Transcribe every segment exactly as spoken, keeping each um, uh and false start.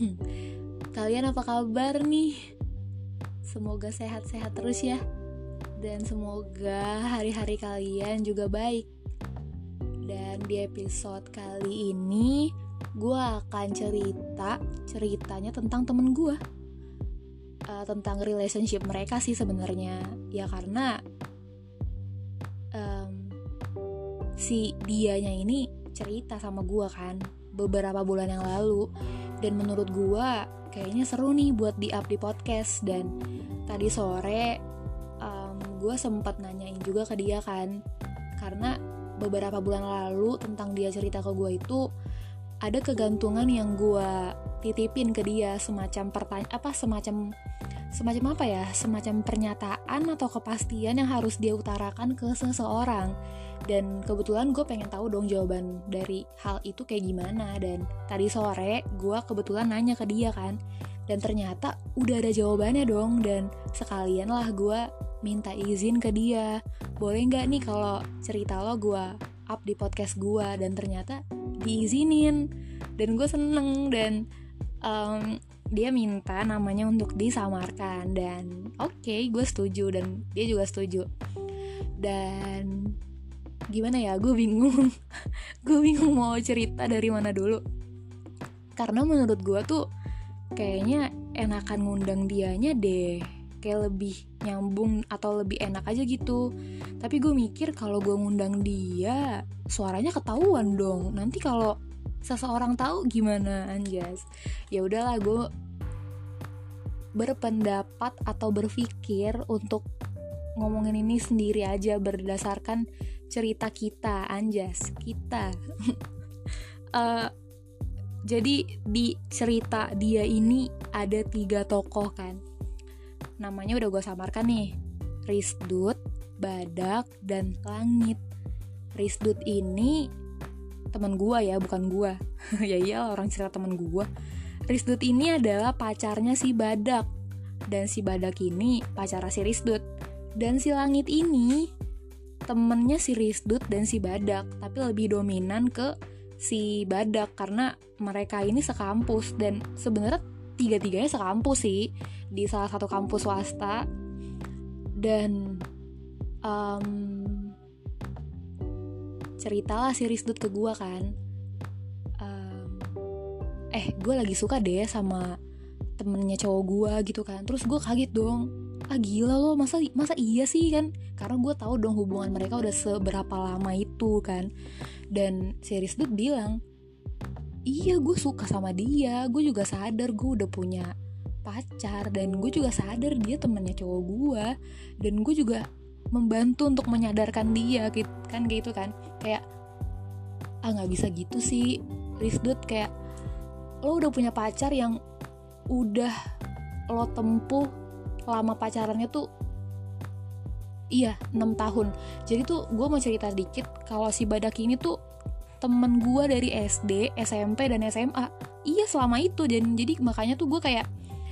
Kalian apa kabar nih? Semoga sehat-sehat terus ya. Dan semoga hari-hari kalian juga baik. Dan di episode kali ini gue akan cerita Ceritanya tentang temen gue, uh, tentang relationship mereka sih sebenarnya. Ya karena um, Si dianya ini cerita sama gue kan beberapa bulan yang lalu. Dan menurut gue kayaknya seru nih buat di-up di podcast. Dan tadi sore um, gue sempet nanyain juga ke dia kan, karena beberapa bulan lalu tentang dia cerita ke gue itu ada kegantungan yang gue titipin ke dia, semacam pertanyaan apa semacam semacam apa ya semacam pernyataan atau kepastian yang harus dia utarakan ke seseorang. Dan kebetulan gue pengen tahu dong jawaban dari hal itu kayak gimana. Dan tadi sore gue kebetulan nanya ke dia kan, dan ternyata udah ada jawabannya dong. Dan sekalian lah gue minta izin ke dia, boleh gak nih kalau cerita lo gue up di podcast gue. Dan ternyata diizinin, dan gue seneng. Dan um, dia minta namanya untuk disamarkan. Dan oke, okay, gue setuju, dan dia juga setuju. Dan gimana ya, gue bingung gue bingung mau cerita dari mana dulu. Karena menurut gue tuh kayaknya enakan ngundang dianya deh, kayak lebih nyambung atau lebih enak aja gitu. Tapi gue mikir kalau gue ngundang dia, suaranya ketahuan dong. Nanti kalau seseorang tahu gimana, anjas. Ya udahlah, gue berpendapat atau berpikir untuk ngomongin ini sendiri aja berdasarkan cerita kita, anjas kita. uh, jadi di cerita dia ini ada tiga tokoh kan. Namanya udah gue samarkan nih, Risdut, Badak, dan Langit. Risdut ini teman gue ya, bukan gue. Ya iya, orang cerita teman gue. Risdut ini adalah pacarnya si Badak, dan si Badak ini pacarnya si Risdut. Dan si Langit ini temennya si Risdut dan si Badak, tapi lebih dominan ke si Badak karena mereka ini sekampus. Dan sebenarnya tiga-tiganya sekampus sih, di salah satu kampus swasta. Dan um, ceritalah si Risdut ke gue kan, um, eh gue lagi suka deh sama temennya cowok gue gitu kan. Terus gue kaget dong, ah gila lo, masa masa iya sih kan, karena gue tahu dong hubungan mereka udah seberapa lama itu kan. Dan si Risdut bilang, iya gue suka sama dia, gue juga sadar gue udah punya pacar, dan gue juga sadar dia temennya cowok gue, dan gue juga membantu untuk menyadarkan dia gitu kan, kayak gitu kan. Kayak ah nggak bisa gitu sih Risdut, kayak lo udah punya pacar yang udah lo tempuh lama pacarannya tuh iya enam tahun. Jadi tuh gue mau cerita dikit kalau si Badak ini tuh temen gue dari S D, S M P, dan S M A. Iya selama itu. Dan jadi makanya tuh gue kayak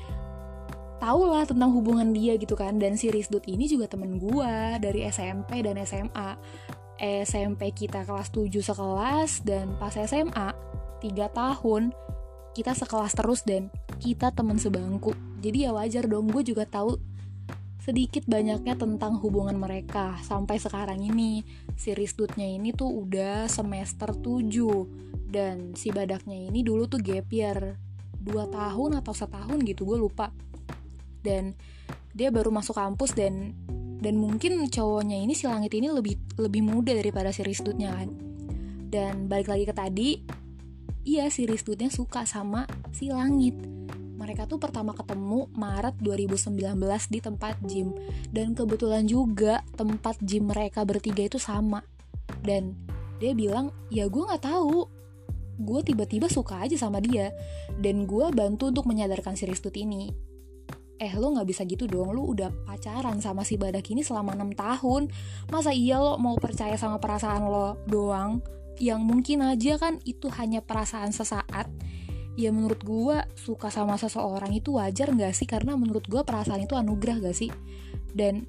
tau lah tentang hubungan dia gitu kan. Dan si Risdut ini juga temen gue dari S M P dan S M A. S M P kita kelas tujuh sekelas, dan pas S M A tiga tahun kita sekelas terus, dan kita teman sebangku. Jadi ya wajar dong gue juga tahu sedikit banyaknya tentang hubungan mereka. Sampai sekarang ini si Risdutnya ini tuh udah semester tujuh, dan si Badaknya ini dulu tuh gap year dua tahun atau setahun gitu, gue lupa. Dan dia baru masuk kampus, dan dan mungkin cowoknya ini si Langit ini lebih lebih muda daripada si Risdutnya kan. Dan balik lagi ke tadi, iya si Risdutnya suka sama si Langit. Mereka tuh pertama ketemu Maret dua ribu sembilan belas di tempat gym. Dan kebetulan juga tempat gym mereka bertiga itu sama. Dan dia bilang, ya gue gak tahu, gue tiba-tiba suka aja sama dia. Dan gue bantu untuk menyadarkan si Risdut ini. Eh lo gak bisa gitu dong, lo udah pacaran sama si Badak ini selama enam tahun. Masa iya lo mau percaya sama perasaan lo doang, yang mungkin aja kan itu hanya perasaan sesaat. Ya menurut gue suka sama seseorang itu wajar gak sih? Karena menurut gue perasaan itu anugerah gak sih? Dan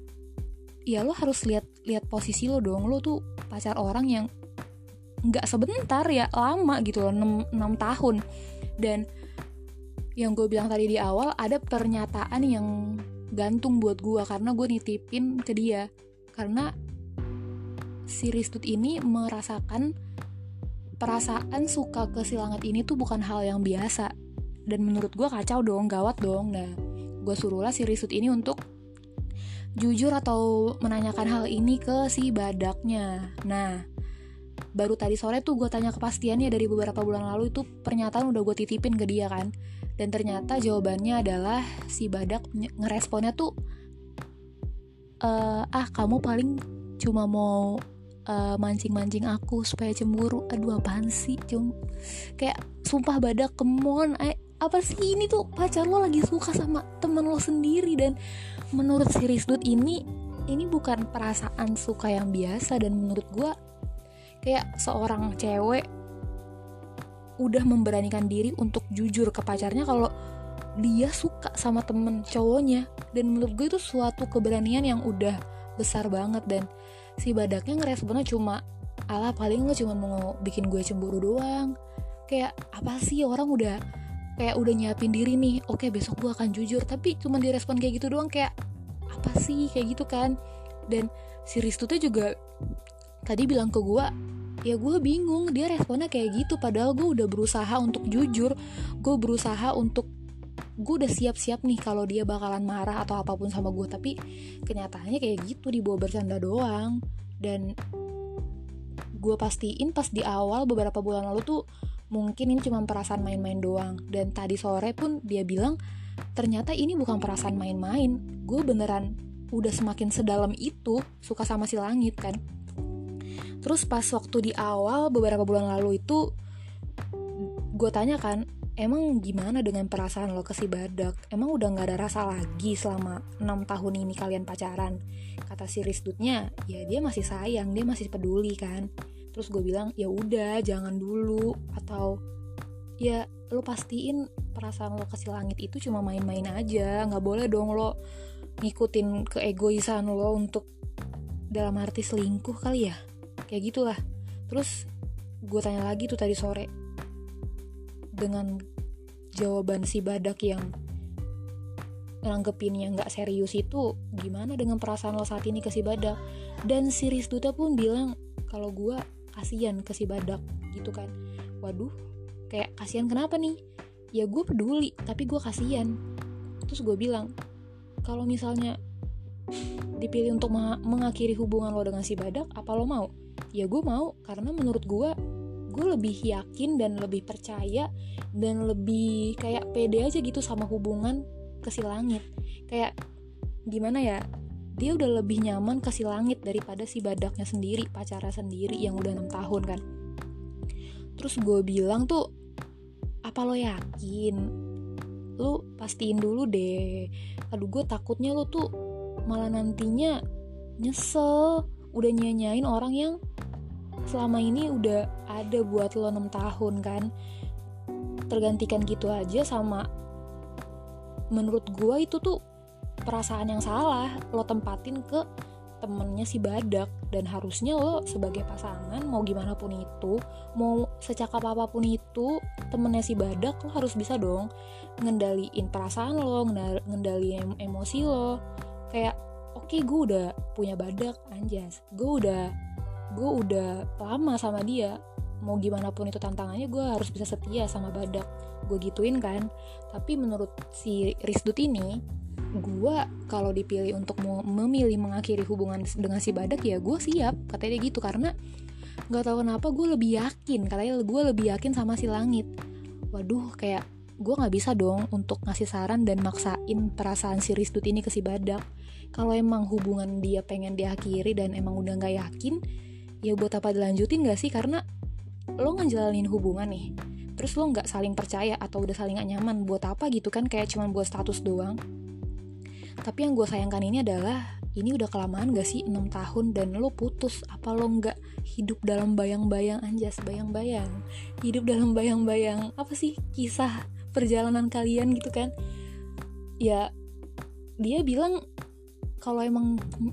ya lo harus lihat lihat posisi lo dong. Lo tuh pacar orang yang gak sebentar ya, lama gitu loh, enam tahun. Dan yang gue bilang tadi di awal, ada pernyataan yang gantung buat gue karena gue nitipin ke dia. Karena si Risdut ini merasakan perasaan suka ke si Langit ini tuh bukan hal yang biasa. Dan menurut gue kacau dong, gawat dong. Nah, gue suruhlah si Risdut ini untuk jujur atau menanyakan hal ini ke si Badaknya. Nah, baru tadi sore tuh gue tanya kepastiannya, dari beberapa bulan lalu itu pernyataan udah gue titipin ke dia kan. Dan ternyata jawabannya adalah si Badak ngeresponnya tuh e, ah kamu paling cuma mau uh, mancing-mancing aku supaya cemburu. Aduh apaan sih, cum kayak sumpah Badak, come on, I, apa sih ini tuh, pacar lo lagi suka sama teman lo sendiri. Dan menurut si Risdut ini ini bukan perasaan suka yang biasa. Dan menurut gue kayak seorang cewek udah memberanikan diri untuk jujur ke pacarnya kalau dia suka sama temen cowoknya. Dan menurut gue itu suatu keberanian yang udah besar banget. Dan si Badaknya ngeresponnya cuma, alah paling lo cuma mau bikin gue cemburu doang. Kayak apa sih, orang udah kayak udah nyiapin diri nih, oke besok gue akan jujur, tapi cuma direspon kayak gitu doang. Kayak apa sih, kayak gitu kan. Dan si Ristutnya juga tadi bilang ke gue, ya gue bingung dia responnya kayak gitu, padahal gue udah berusaha untuk jujur, gue berusaha untuk, gue udah siap-siap nih kalau dia bakalan marah atau apapun sama gue, tapi kenyataannya kayak gitu, dibawa bercanda doang. Dan gue pastiin pas di awal beberapa bulan lalu tuh mungkin ini cuma perasaan main-main doang. Dan tadi sore pun dia bilang ternyata ini bukan perasaan main-main, gue beneran udah semakin sedalam itu suka sama si Langit kan. Terus pas waktu di awal beberapa bulan lalu itu gue tanya kan, emang gimana dengan perasaan lo ke si Badak? Emang udah gak ada rasa lagi selama enam tahun ini kalian pacaran? Kata si Risdutnya, ya dia masih sayang, dia masih peduli kan. Terus gue bilang, ya udah jangan dulu, atau ya lo pastiin perasaan lo ke si Langit itu cuma main-main aja. Gak boleh dong lo ngikutin keegoisan lo untuk dalam arti selingkuh kali ya, kayak gitulah. Terus gue tanya lagi tuh tadi sore, dengan jawaban si Badak yang nanggepinnya gak serius itu, gimana dengan perasaan lo saat ini ke si Badak? Dan si Risdutnya pun bilang kalau gue kasihan ke si Badak gitu kan. Waduh, kayak kasihan kenapa nih? Ya gue peduli, tapi gue kasihan. Terus gue bilang, kalau misalnya dipilih untuk mengakhiri hubungan lo dengan si Badak, apa lo mau? Ya gue mau, karena menurut gue gue lebih yakin dan lebih percaya dan lebih kayak pede aja gitu sama hubungan ke si Langit. Kayak gimana ya, dia udah lebih nyaman ke si Langit daripada si Badaknya sendiri, pacarnya sendiri yang udah enam tahun kan. Terus gue bilang tuh, apa lo yakin? Lu pastiin dulu deh. Aduh gue takutnya lo tuh malah nantinya nyesel udah nyanyain orang yang selama ini udah ada buat lo enam tahun kan. Tergantikan gitu aja sama, menurut gue itu tuh perasaan yang salah lo tempatin ke temennya si Badak. Dan harusnya lo sebagai pasangan, mau gimana pun itu, mau secakap apapun itu temennya si Badak, lo harus bisa dong ngendaliin perasaan lo, ngendaliin emosi lo. Kayak oke okay, gue udah punya Badak, anjas, gue udah gue udah lama sama dia, mau gimana pun itu tantangannya, gue harus bisa setia sama Badak, gue gituin kan. Tapi menurut si Risdut ini, gue kalau dipilih untuk memilih mengakhiri hubungan dengan si Badak, ya gue siap, katanya gitu. Karena nggak tahu kenapa gue lebih yakin, katanya gue lebih yakin sama si Langit. Waduh, kayak gue nggak bisa dong untuk ngasih saran dan maksain perasaan si Risdut ini ke si Badak. Kalau emang hubungan dia pengen diakhiri dan emang udah nggak yakin, ya buat apa dilanjutin gak sih? Karena lo ngejalanin hubungan nih, terus lo gak saling percaya atau udah saling gak nyaman, buat apa gitu kan? Kayak cuman buat status doang. Tapi yang gue sayangkan ini adalah, ini udah kelamaan gak sih enam tahun dan lo putus. Apa lo gak hidup dalam bayang-bayang, anjas, bayang-bayang, hidup dalam bayang-bayang, apa sih kisah perjalanan kalian gitu kan? Ya dia bilang kalau emang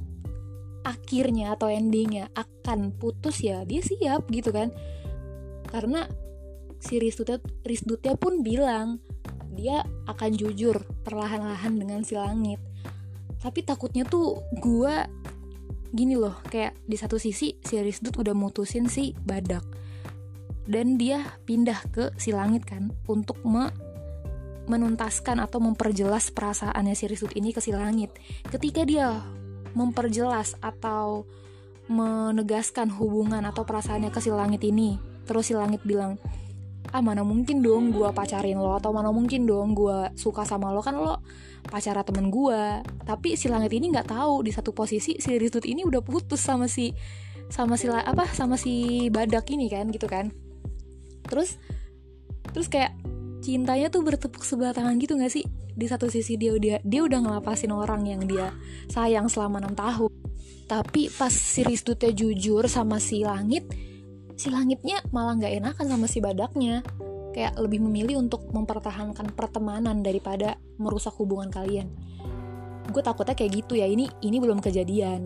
akhirnya atau endingnya akan putus, ya dia siap gitu kan. Karena si Risdutnya, Risdutnya pun bilang dia akan jujur perlahan-lahan dengan si langit. Tapi takutnya tuh gue gini loh, kayak di satu sisi si Risdut udah mutusin si Badak dan dia pindah ke si langit kan untuk me- menuntaskan atau memperjelas perasaannya si Risdut ini ke si langit. Ketika dia memperjelas atau menegaskan hubungan atau perasaannya ke si langit ini, terus si langit bilang, ah mana mungkin dong gue pacarin lo, atau mana mungkin dong gue suka sama lo, kan lo pacara temen gue. Tapi si langit ini nggak tahu di satu posisi si Risdut ini udah putus sama si sama si apa sama si Badak ini kan, gitu kan. Terus terus kayak cintanya tuh bertepuk sebelah tangan gitu nggak sih? Di satu sisi dia udah dia udah ngelapasin orang yang dia sayang selama enam tahun. Tapi pas si Risdutnya jujur sama si langit, si langitnya malah nggak enakan sama si Badaknya. Kayak lebih memilih untuk mempertahankan pertemanan daripada merusak hubungan kalian. Gue takutnya kayak gitu ya. Ini ini belum kejadian.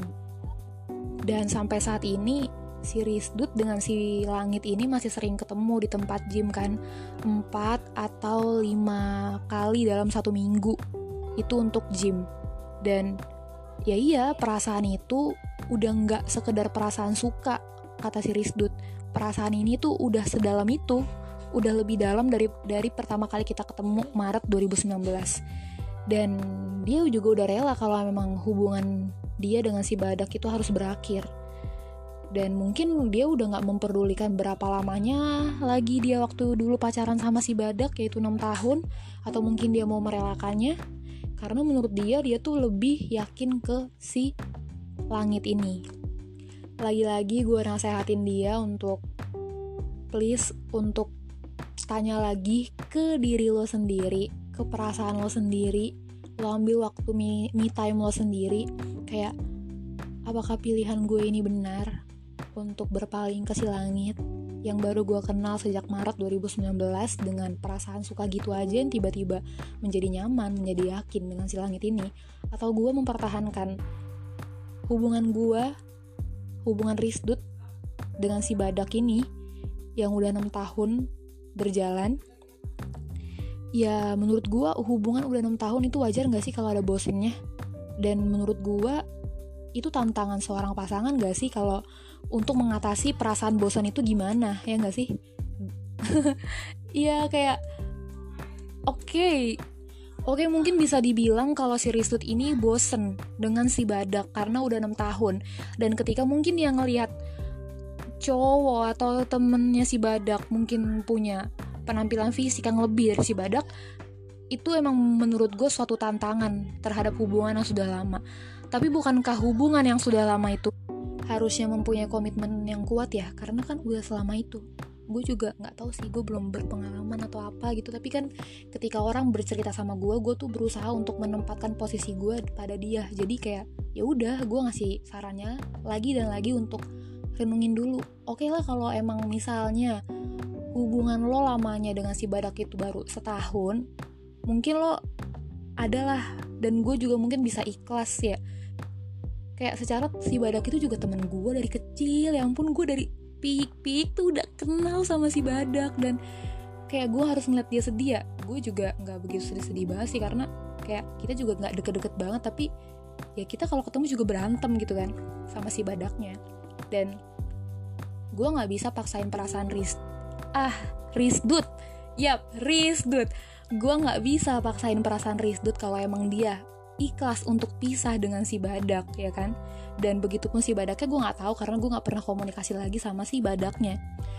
Dan sampai saat ini si Risdut dengan si langit ini masih sering ketemu di tempat gym kan, empat atau lima kali dalam satu minggu itu untuk gym. Dan ya iya, perasaan itu udah gak sekedar perasaan suka, kata si Risdut. Perasaan ini tuh udah sedalam itu, udah lebih dalam dari dari pertama kali kita ketemu Maret dua ribu sembilan belas. Dan dia juga udah rela kalau memang hubungan dia dengan si Badak itu harus berakhir. Dan mungkin dia udah gak memperdulikan berapa lamanya lagi dia waktu dulu pacaran sama si Badak, yaitu enam tahun, atau mungkin dia mau merelakannya. Karena menurut dia, dia tuh lebih yakin ke si langit ini. Lagi-lagi gue nasehatin dia untuk please, untuk tanya lagi ke diri lo sendiri, ke perasaan lo sendiri. Lo ambil waktu me, me time lo sendiri. Kayak, apakah pilihan gue ini benar untuk berpaling ke si langit yang baru gue kenal sejak Maret dua ribu sembilan belas dengan perasaan suka gitu aja yang tiba-tiba menjadi nyaman, menjadi yakin dengan si langit ini? Atau gue mempertahankan hubungan gue, hubungan Risdut dengan si Badak ini yang udah enam tahun berjalan? Ya menurut gue hubungan udah enam tahun itu wajar gak sih kalau ada bosennya? Dan menurut gue itu tantangan seorang pasangan gak sih kalau untuk mengatasi perasaan bosan itu gimana, ya gak sih? Iya kayak oke okay. Oke okay, mungkin bisa dibilang kalau si Risdut ini bosen dengan si Badak karena udah enam tahun. Dan ketika mungkin dia ngelihat cowok atau temennya si Badak mungkin punya penampilan fisik yang lebih dari si Badak, itu emang menurut gue suatu tantangan terhadap hubungan yang sudah lama. Tapi bukankah hubungan yang sudah lama itu harusnya mempunyai komitmen yang kuat ya? Karena kan udah selama itu. Gue juga nggak tahu sih, gue belum berpengalaman atau apa gitu. Tapi kan ketika orang bercerita sama gue, gue tuh berusaha untuk menempatkan posisi gue pada dia. Jadi kayak ya udah, gue ngasih sarannya lagi dan lagi untuk renungin dulu. Oke lah kalau emang misalnya hubungan lo lamanya dengan si Badak itu baru setahun, mungkin lo adalah, dan gue juga mungkin bisa ikhlas ya. Kayak secara si Badak itu juga temen gue dari kecil. Ya ampun, gue dari pik-pik tuh udah kenal sama si Badak. Dan kayak gue harus ngeliat dia sedih ya. Gue juga gak begitu sedih-sedih banget sih, karena kayak kita juga gak deket-deket banget. Tapi ya kita kalau ketemu juga berantem gitu kan sama si Badaknya. Dan gue gak bisa paksain perasaan Riz Ah, Risdut Yap, Risdut Gue gak bisa paksain perasaan Risdut kalau emang dia ikhlas untuk pisah dengan si Badak, ya kan? Dan begitupun si Badaknya gue gak tahu karena gue gak pernah komunikasi lagi sama si Badaknya.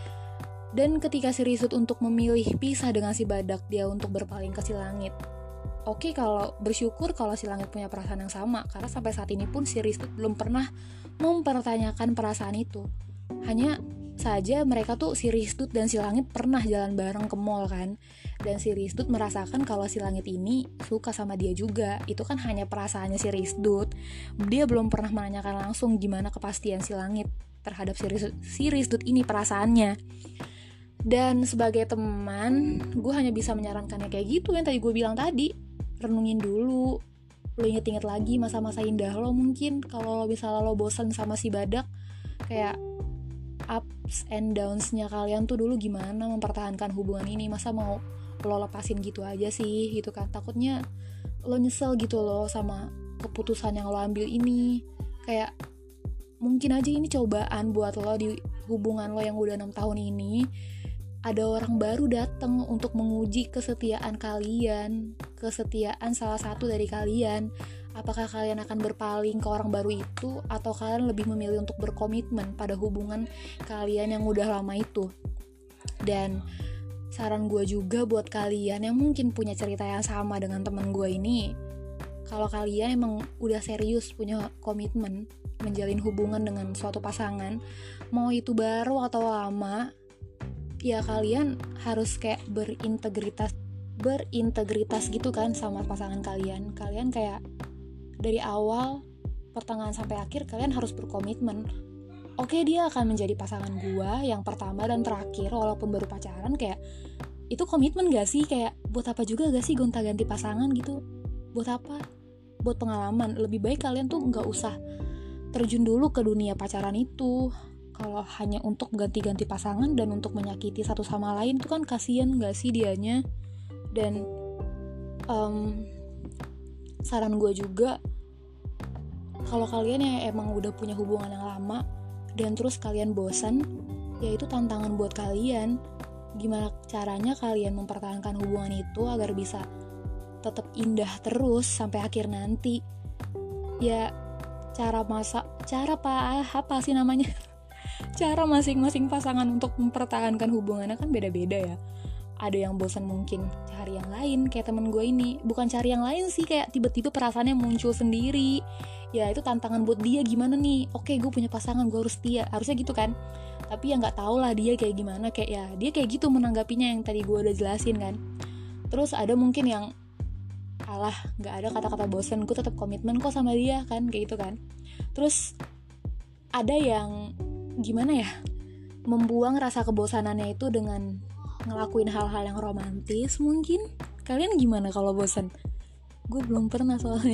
Dan ketika si Risdut untuk memilih pisah dengan si Badak, dia untuk berpaling ke si langit. Oke, kalau bersyukur kalau si langit punya perasaan yang sama, karena sampai saat ini pun si Risdut belum pernah mempertanyakan perasaan itu. Hanya saja mereka tuh si Risdut dan si langit pernah jalan bareng ke mall kan. Dan si Risdut merasakan kalau si langit ini suka sama dia juga. Itu kan hanya perasaannya si Risdut. Dia belum pernah menanyakan langsung gimana kepastian si langit terhadap si Risdut, si Risdut ini perasaannya. Dan sebagai teman, gue hanya bisa menyarankannya kayak gitu yang tadi gue bilang tadi. Renungin dulu, lo inget-inget lagi masa-masa indah lo mungkin. Kalau misalnya lo bosan sama si Badak, kayak ups and downs-nya kalian tuh dulu gimana mempertahankan hubungan ini. Masa mau lo lepasin gitu aja sih gitu kan. Takutnya lo nyesel gitu loh sama keputusan yang lo ambil ini. Kayak mungkin aja ini cobaan buat lo di hubungan lo yang udah enam tahun ini. Ada orang baru datang untuk menguji kesetiaan kalian, kesetiaan salah satu dari kalian. Apakah kalian akan berpaling ke orang baru itu, atau kalian lebih memilih untuk berkomitmen pada hubungan kalian yang udah lama itu. Dan saran gue juga buat kalian yang mungkin punya cerita yang sama dengan teman gue ini, kalau kalian emang udah serius punya komitmen menjalin hubungan dengan suatu pasangan, mau itu baru atau lama, ya kalian harus kayak berintegritas berintegritas gitu kan sama pasangan kalian. Kalian kayak dari awal, pertengahan sampai akhir kalian harus berkomitmen. Oke, dia akan menjadi pasangan gua yang pertama dan terakhir walaupun baru pacaran. Kayak itu komitmen gak sih? Kayak buat apa juga gak sih gonta-ganti pasangan gitu? Buat apa? Buat pengalaman. Lebih baik kalian tuh gak usah terjun dulu ke dunia pacaran itu. Kalau hanya untuk ganti-ganti pasangan dan untuk menyakiti satu sama lain, itu kan kasian gak sih dianya. Dan um, saran gue juga, kalau kalian yang emang udah punya hubungan yang lama dan terus kalian bosan, ya itu tantangan buat kalian. Gimana caranya kalian mempertahankan hubungan itu agar bisa tetap indah terus sampai akhir nanti. Ya cara masa cara apa apa sih namanya? Cara masing-masing pasangan untuk mempertahankan hubungannya kan beda-beda ya. Ada yang bosan mungkin cari yang lain, kayak temen gue ini. Bukan cari yang lain sih, kayak tiba-tiba perasaannya muncul sendiri. Ya itu tantangan buat dia, gimana nih? Oke, gue punya pasangan, gue harus setia. Harusnya gitu kan. Tapi ya gak tau lah dia kayak gimana. Kayak ya dia kayak gitu menanggapinya yang tadi gue udah jelasin kan. Terus ada mungkin yang alah gak ada kata-kata bosan, gue tetap komitmen kok sama dia kan, kayak gitu kan. Terus ada yang gimana ya, membuang rasa kebosanannya itu dengan ngelakuin hal-hal yang romantis mungkin. Kalian gimana kalau bosan? Gue belum pernah soalnya.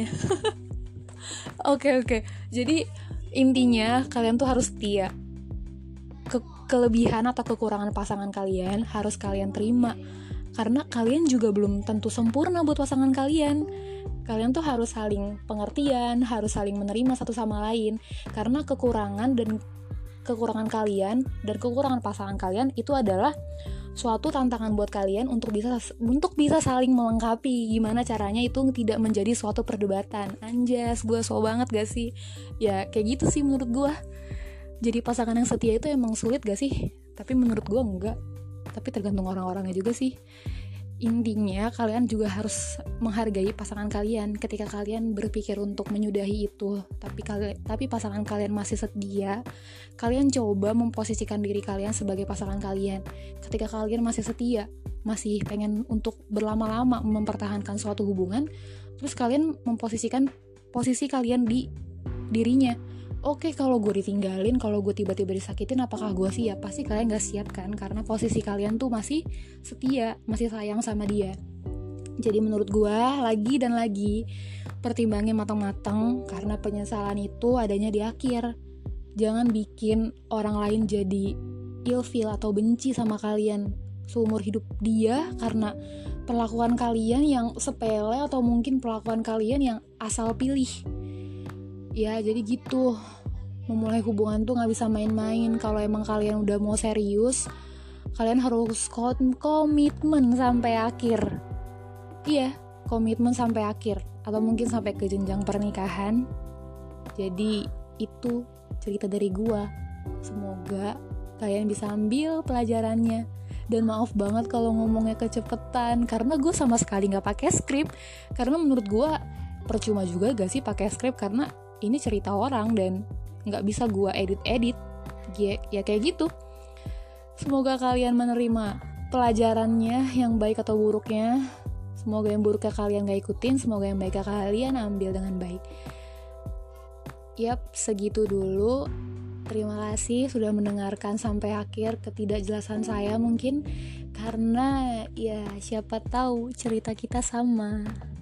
Oke oke. Jadi intinya kalian tuh harus setia. Ke- kelebihan atau kekurangan pasangan kalian harus kalian terima. Karena kalian juga belum tentu sempurna buat pasangan kalian. Kalian tuh harus saling pengertian, harus saling menerima satu sama lain. Karena kekurangan dan kekurangan kalian dan kekurangan pasangan kalian itu adalah suatu tantangan buat kalian untuk bisa untuk bisa saling melengkapi. Gimana caranya itu tidak menjadi suatu perdebatan. Anjas, gue so banget gak sih? Ya kayak gitu sih menurut gue. Jadi pasangan yang setia itu emang sulit gak sih? Tapi menurut gue enggak. Tapi tergantung orang-orangnya juga sih. Intinya kalian juga harus menghargai pasangan kalian. Ketika kalian berpikir untuk menyudahi itu, tapi kali, tapi pasangan kalian masih setia, kalian coba memposisikan diri kalian sebagai pasangan kalian. Ketika kalian masih setia, masih pengen untuk berlama-lama mempertahankan suatu hubungan, terus kalian memposisikan posisi kalian di dirinya. Oke, kalau gue ditinggalin, kalau gue tiba-tiba disakitin, apakah gue siap? Pasti kalian gak siap kan, karena posisi kalian tuh masih setia, masih sayang sama dia. Jadi menurut gue, lagi dan lagi pertimbangin matang-matang, karena penyesalan itu adanya di akhir. Jangan bikin orang lain jadi ilfeel atau benci sama kalian seumur hidup dia karena perlakuan kalian yang sepele atau mungkin perlakuan kalian yang asal pilih. Ya jadi gitu, memulai hubungan tuh gak bisa main-main. Kalau emang kalian udah mau serius, kalian harus komitmen sampai akhir. Iya, komitmen sampai akhir. Atau mungkin sampai ke jenjang pernikahan. Jadi itu cerita dari gua. Semoga kalian bisa ambil pelajarannya. Dan maaf banget kalau ngomongnya kecepetan, karena gue sama sekali gak pakai skrip. Karena menurut gue percuma juga gak sih pakai skrip, karena ini cerita orang dan gak bisa gue edit-edit ya, ya kayak gitu. Semoga kalian menerima pelajarannya, yang baik atau buruknya. Semoga yang buruknya kalian gak ikutin, semoga yang baiknya kalian ambil dengan baik. Yap, segitu dulu. Terima kasih sudah mendengarkan sampai akhir ketidakjelasan saya mungkin. Karena ya siapa tahu cerita kita sama.